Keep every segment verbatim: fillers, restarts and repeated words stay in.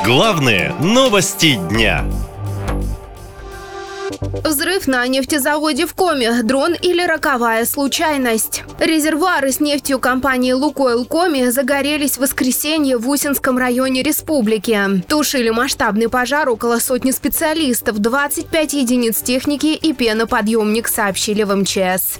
Главные новости дня. Взрыв на нефтезаводе в Коми. Дрон или роковая случайность? Резервуары с нефтью компании «Лукойл» Коми загорелись в воскресенье в Усинском районе республики. Тушили масштабный пожар около сотни специалистов, двадцать пять единиц техники и пеноподъемник, сообщили в эм че эс.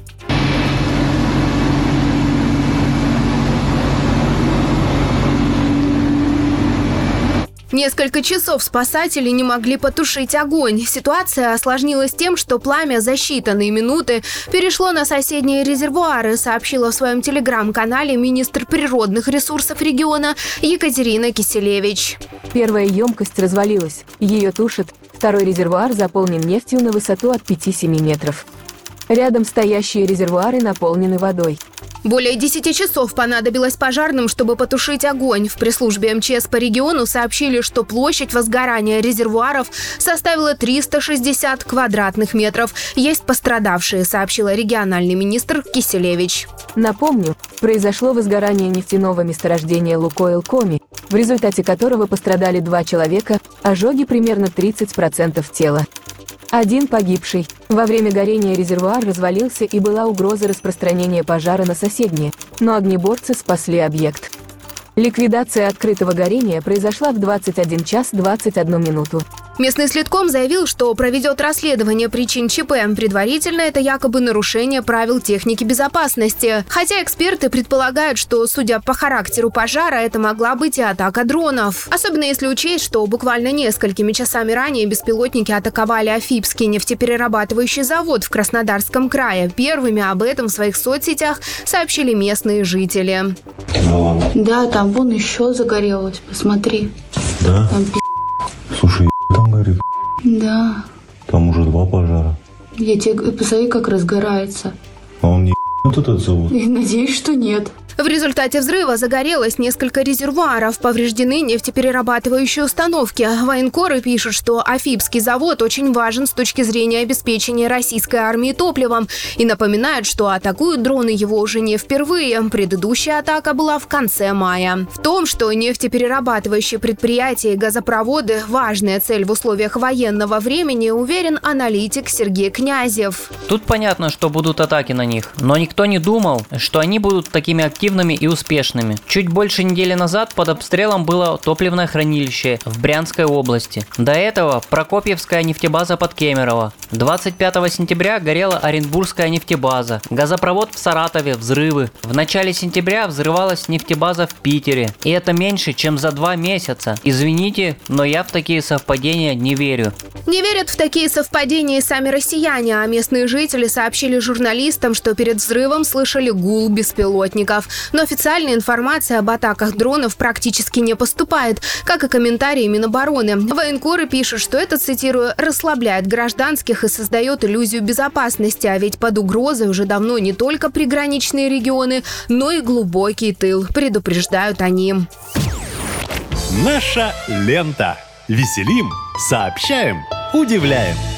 Несколько часов спасатели не могли потушить огонь. Ситуация осложнилась тем, что пламя за считанные минуты перешло на соседние резервуары, сообщила в своем телеграм-канале министр природных ресурсов региона Екатерина Киселевич. Первая емкость развалилась. Ее тушат. Второй резервуар заполнен нефтью на высоту от пяти-семи метров. Рядом стоящие резервуары наполнены водой. Более десяти часов понадобилось пожарным, чтобы потушить огонь. В пресс-службе эм че эс по региону сообщили, что площадь возгорания резервуаров составила триста шестьдесят квадратных метров. Есть пострадавшие, сообщила региональный министр Киселевич. Напомню, произошло возгорание нефтяного месторождения «Лукойл» Коми, в результате которого пострадали два человека, ожоги примерно тридцать процентов тела. Один погибший. Во время горения резервуар развалился и была угроза распространения пожара на соседние, но огнеборцы спасли объект. Ликвидация открытого горения произошла в двадцать один час двадцать одну минуту. Местный следком заявил, что проведет расследование причин ЧП. Предварительно это якобы нарушение правил техники безопасности. Хотя эксперты предполагают, что, судя по характеру пожара, это могла быть и атака дронов. Особенно если учесть, что буквально несколькими часами ранее беспилотники атаковали Афипский нефтеперерабатывающий завод в Краснодарском крае. Первыми об этом в своих соцсетях сообщили местные жители. Да, там вон еще загорелось, посмотри. Да? Там пи***. Слушай, там горит. Да. Там уже два пожара. Я тебе посмотри, как разгорается. А он не вот этот завод? И надеюсь, что нет. В результате взрыва загорелось несколько резервуаров, повреждены нефтеперерабатывающие установки. Военкоры пишут, что Афипский завод очень важен с точки зрения обеспечения российской армии топливом и напоминают, что атакуют дроны его уже не впервые. Предыдущая атака была в конце мая. В том, что нефтеперерабатывающие предприятия и газопроводы – важная цель в условиях военного времени, уверен аналитик Сергей Князев. Тут понятно, что будут атаки на них, но никто не думал, что они будут такими активными и успешными. Чуть больше недели назад под обстрелом было топливное хранилище в Брянской области. До этого Прокопьевская нефтебаза под Кемерово. двадцать пятого сентября горела Оренбургская нефтебаза. Газопровод в Саратове, взрывы. В начале сентября взрывалась нефтебаза в Питере. И это меньше, чем за два месяца. Извините, но я в такие совпадения не верю. Не верят в такие совпадения и сами россияне, а местные жители сообщили журналистам, что перед взрывом слышали гул беспилотников. Но официальная информация об атаках дронов практически не поступает, как и комментарии Минобороны. Военкоры пишут, что это, цитирую, расслабляет гражданских и создает иллюзию безопасности, а ведь под угрозой уже давно не только приграничные регионы, но и глубокий тыл, предупреждают они. Наша лента. Веселим, сообщаем, удивляем.